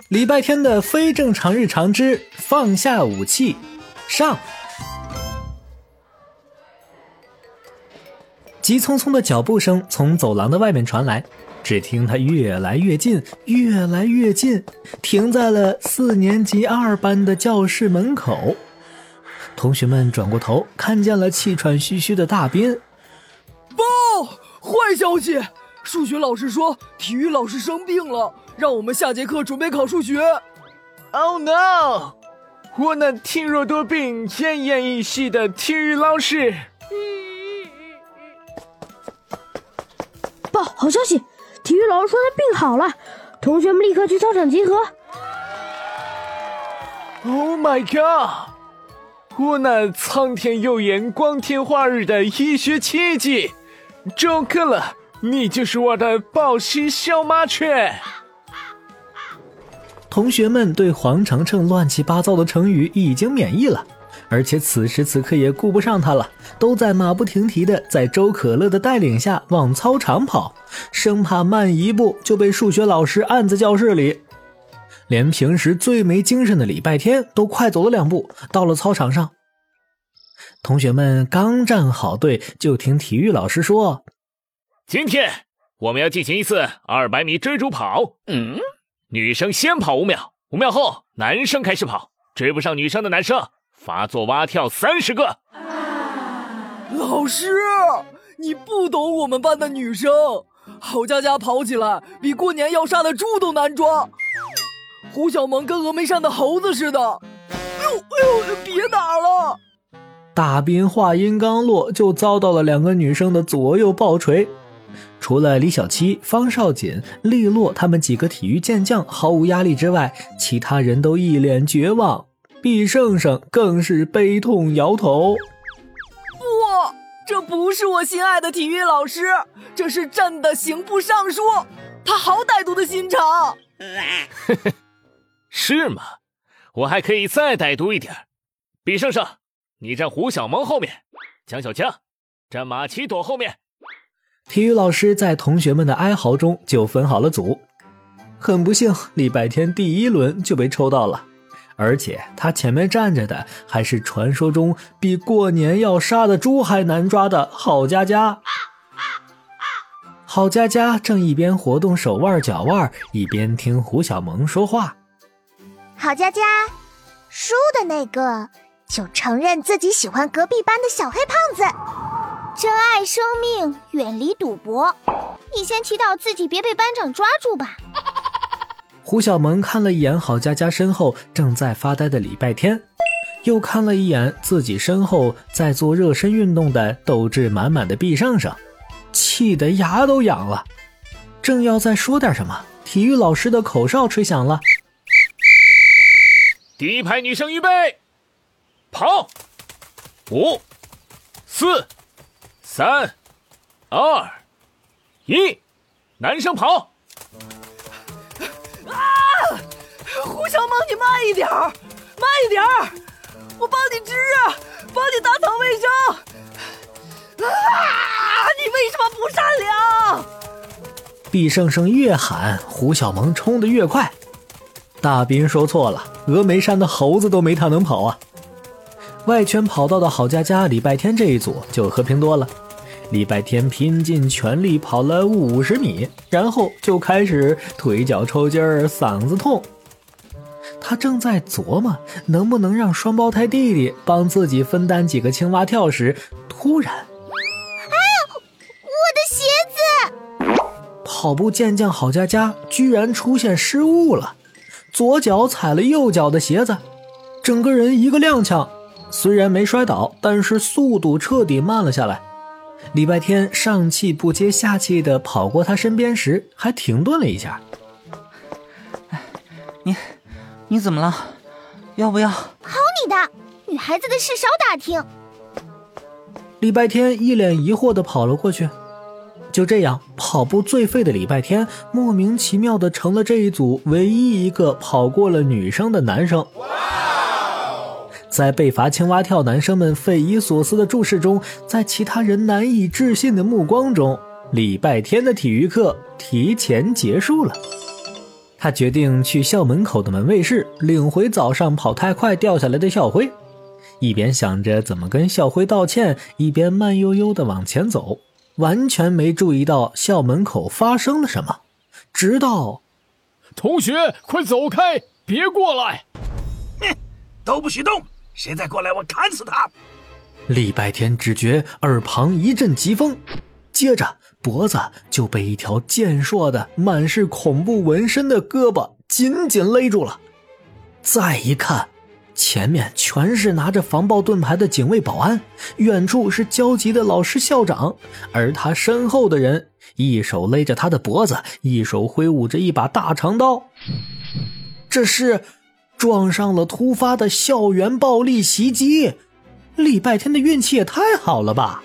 礼拜天的非正常日常之放下武器上。急匆匆的脚步声从走廊的外面传来，只听它越来越近，越来越近，停在了4年级2班的教室门口。同学们转过头，看见了气喘吁吁的大斌。 报！坏消息！数学老师说体育老师生病了，让我们下节课准备考数学。 Oh no！ 我那体弱多病、奄奄一息的体育老师。 报！好消息！体育老师说他病好了，同学们立刻去操场集合。 Oh my god！ 我那苍天有眼、光天化日的医学奇迹，周克了，你就是我的报喜小麻雀。 同学们对黄澄澄乱七八糟的成语已经免疫了，而且此时此刻也顾不上他了，都在马不停蹄地在周可乐的带领下往操场跑，生怕慢一步就被数学老师按在教室里。连平时最没精神的礼拜天都快走了2步，到了操场上。同学们刚站好队，就听体育老师说： 今天我们要进行一次200米追逐跑。女生先跑5秒，5秒后男生开始跑，追不上女生的男生罚做蛙跳30个。 老师，你不懂我们班的女生，郝佳佳跑起来比过年要杀的猪都难抓，胡小萌跟峨眉山的猴子似的。哎呦，别打了！ 大斌话音刚落，就遭到了2个女生的左右暴锤。除了李小七、方少锦、利落他们几个体育健将毫无压力之外，其他人都一脸绝望，毕胜胜更是悲痛摇头。 不，这不是我心爱的体育老师，这是朕的刑部尚书，他好歹毒的心肠。 是吗？我还可以再歹毒一点。毕胜胜，你站胡小萌后面，江小江站马奇朵后面。 体育老师在同学们的哀嚎中就分好了组。很不幸，礼拜天第1轮就被抽到了，而且他前面站着的还是传说中比过年要杀的猪还难抓的郝佳佳。郝佳佳正一边活动手腕脚腕，一边听胡小萌说话。 郝佳佳，输的那个就承认自己喜欢隔壁班的小黑胖子，珍爱生命，远离赌博。你先祈祷自己别被班长抓住吧。 胡小萌看了一眼郝佳佳身后正在发呆的礼拜天，又看了一眼自己身后在做热身运动的斗志满满的毕胜胜，气得牙都痒了。正要再说点什么，体育老师的口哨吹响了。 第1排女生预备，跑！5、4、3、2、1，男生跑！ 胡小萌，你慢一点，慢一点，我帮你治，帮你打扫卫生。你为什么不善良？ 毕胜胜越喊，胡小萌冲得越快。大斌说错了，峨眉山的猴子都没他能跑啊。外圈跑道的郝佳佳、礼拜天这一组就和平多了。礼拜天拼尽全力跑了50米，然后就开始腿脚抽筋儿，嗓子痛。他正在琢磨能不能让双胞胎弟弟帮自己分担几个青蛙跳时，突然， 哎呀，我的鞋子！ 跑步健将郝佳佳居然出现失误了，左脚踩了右脚的鞋子，整个人一个踉跄，虽然没摔倒，但是速度彻底慢了下来。礼拜天上气不接下气地跑过他身边时，还停顿了一下。 你怎么了？要不要？ 好你的，女孩子的事少打听。 礼拜天一脸疑惑地跑了过去。就这样，跑步最废的礼拜天莫名其妙地成了这一组唯一一个跑过了女生的男生。在被罚青蛙跳男生们匪夷所思的注视中，在其他人难以置信的目光中，礼拜天的体育课提前结束了。 他决定去校门口的门卫室领回早上跑太快掉下来的校徽，一边想着怎么跟校徽道歉，一边慢悠悠地往前走，完全没注意到校门口发生了什么。直到同学快走开，别过来！ 哼，都不许动，谁再过来我砍死他！ 礼拜天只觉耳旁一阵疾风，接着脖子就被一条健硕的满是恐怖纹身的胳膊紧紧勒住了。再一看，前面全是拿着防暴盾牌的警卫保安，远处是焦急的老师校长，而他身后的人一手勒着他的脖子，一手挥舞着一把大长刀。这是撞上了突发的校园暴力袭击，礼拜天的运气也太好了吧！